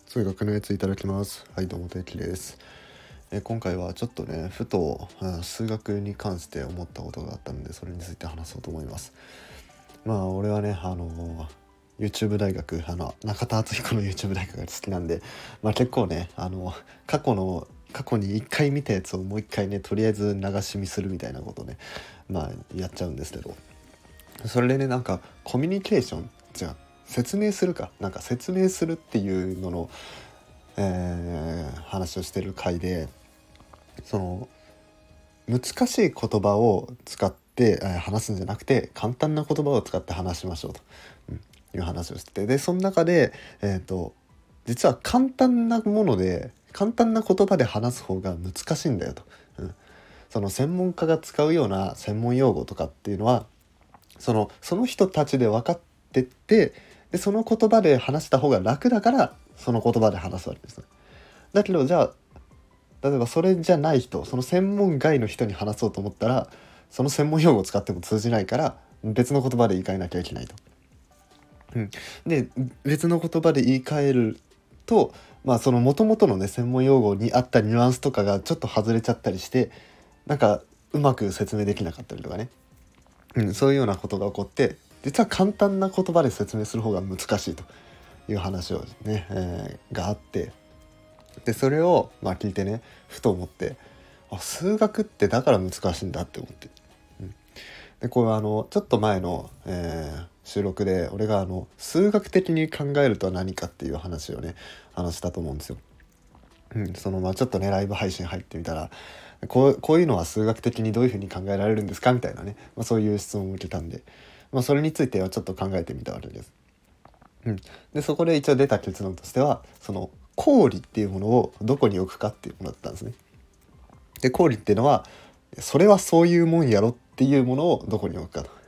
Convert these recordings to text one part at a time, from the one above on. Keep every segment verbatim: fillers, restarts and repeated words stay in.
数学のやついただきます。はい、どうもてきです。え今回はちょっとねふと、うん、数学に関して思ったことがあったので、それについて話そうと思います。まあ俺はねあの YouTube 大学あの中田敦彦の YouTube 大学が好きなんで、まあ結構ねあの過去の過去に一回見たやつをもう一回ねとりあえず流し見するみたいなことねまあやっちゃうんですけど、それでねなんかコミュニケーションじゃあ説明するかなんか説明するっていうのの、えー話をしてる回で、その難しい言葉を使って、えー話すんじゃなくて簡単な言葉を使って話しましょうと、うん、いう話をしてて、でその中で、えーと、実は簡単なもので簡単な言葉で話す方が難しいんだよと、うん、その専門家が使うような専門用語とかっていうのはそのその人たちで分かってて、でその言葉で話した方が楽だからその言葉で話すわけですね。だけどじゃあ例えばそれじゃない人、その専門外の人に話そうと思ったらその専門用語を使っても通じないから別の言葉で言い換えなきゃいけないと。うん、で別の言葉で言い換えると、まあその元々のね専門用語にあったニュアンスとかがちょっと外れちゃったりして、なんかうまく説明できなかったりとかね、うん、そういうようなことが起こって、実は簡単な言葉で説明する方が難しいという話をね、えーがあって、でそれをまあ聞いてねふと思って、あ数学ってだから難しいんだって思って、うん、でこれはあのちょっと前の、えー収録で俺があの数学的に考えるとは何かっていう話をね話したと思うんですよ。うん、そのまあちょっとねライブ配信入ってみたら、こう、こういうのは数学的にどういうふうに考えられるんですかみたいなね、まあ、そういう質問を受けたんで、まあ、それについてはちょっと考えてみたわけです。うん、でそこで一応出た結論としては、その公理っていうものをどこに置くかっていうものだったんですね。で公理っていうのはそれはそういうもんやろっていうものをどこに置くかと。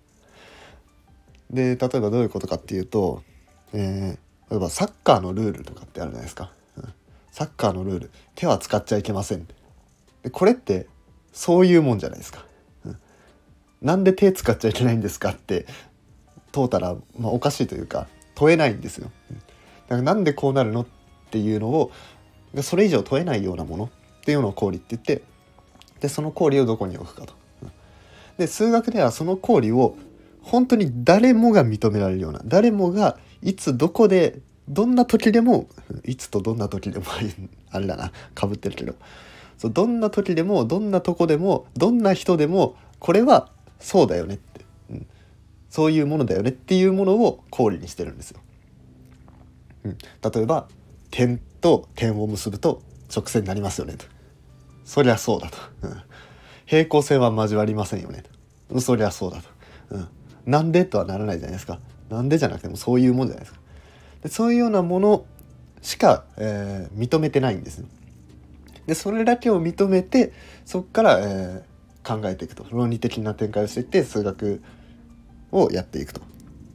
で例えばどういうことかっていうと、えー、例えばサッカーのルールとかってあるじゃないですか。うん、サッカーのルール、手は使っちゃいけません。でこれってそういうもんじゃないですか。うん、なんで手使っちゃいけないんですかって問うたら、まあ、おかしいというか問えないんですよ。うん、だからなんでこうなるのっていうのをそれ以上問えないようなものっていうのを公理って言って、でその公理をどこに置くかと。うん、で数学ではその公理を本当に誰もが認められるような、誰もがいつどこでどんな時でも、いつとどんな時でもあれだなかぶってるけど、そうどんな時でもどんなとこでもどんな人でもこれはそうだよねって、うん、そういうものだよねっていうものを公理にしてるんですよ。うん、例えば点と点を結ぶと直線になりますよねと、そりゃそうだと、うん、平行線は交わりませんよねと、そりゃそうだと、うん、なんでとはならないじゃないですか。なんでじゃなくてもそういうもんじゃないですか。でそういうようなものしか、えー認めてないんですね。でそれだけを認めてそこから、えー考えていくと、論理的な展開をしていって数学をやっていくと。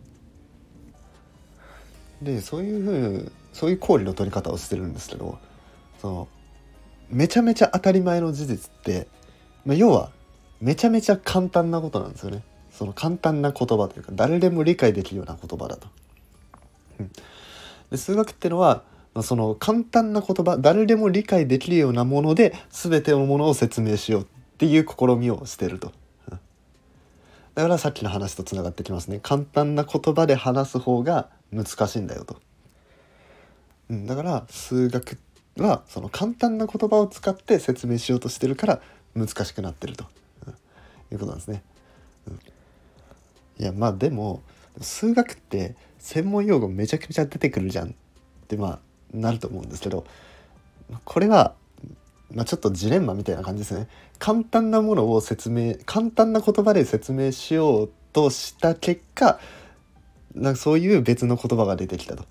でそういうふうそういう公理の取り方をしてるんですけど、そのめちゃめちゃ当たり前の事実って、まあ、要はめちゃめちゃ簡単なことなんですよね。その簡単な言葉というか誰でも理解できるような言葉だと。うん、で数学ってのはその簡単な言葉、誰でも理解できるようなもので全てのものを説明しようっていう試みをしていると。うん、だからさっきの話とつながってきますね。簡単な言葉で話す方が難しいんだよと。うん、だから数学はその簡単な言葉を使って説明しようとしてるから難しくなってると、うん、いうことなんですね。うん、いやまあでも数学って専門用語めちゃくちゃ出てくるじゃんってまあなると思うんですけど、これは、まあ、ちょっとジレンマみたいな感じですね。簡単なものを説明簡単な言葉で説明しようとした結果、なんかそういう別の言葉が出てきたと。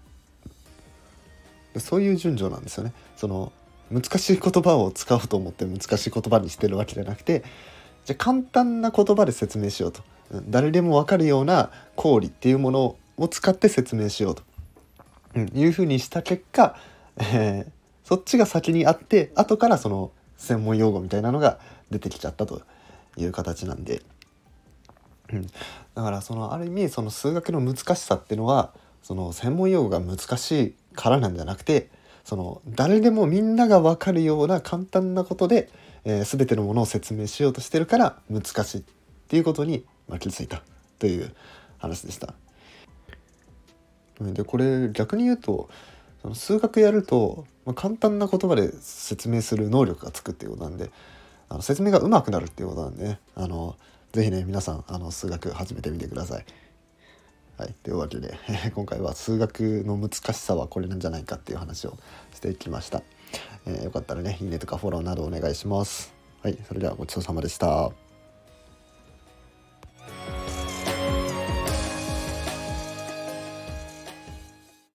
そういう順序なんですよね。その難しい言葉を使おうと思って難しい言葉にしてるわけじゃなくて、じゃあ簡単な言葉で説明しようと、うん、誰でも分かるような公理っていうものを使って説明しようと、うん、いうふうにした結果、えーそっちが先にあって後からその専門用語みたいなのが出てきちゃったという形なんで、うん、だからそのある意味その数学の難しさっていうのはその専門用語が難しいからなんじゃなくて、その誰でもみんなが分かるような簡単なことで、えー、全てのものを説明しようとしてるから難しいっていうことに、まあ、気づいたという話でした。でこれ逆に言うと、その数学やると、まあ、簡単な言葉で説明する能力がつくっていうことなんで、あの説明が上手くなるっていうことなんでね、あのぜひね皆さんあの数学始めてみてください。はい、というわけで今回は数学の難しさはこれなんじゃないかっていう話をしていきました。えー、よかったらねいいねとかフォローなどお願いします。はい、それではごちそうさまでした。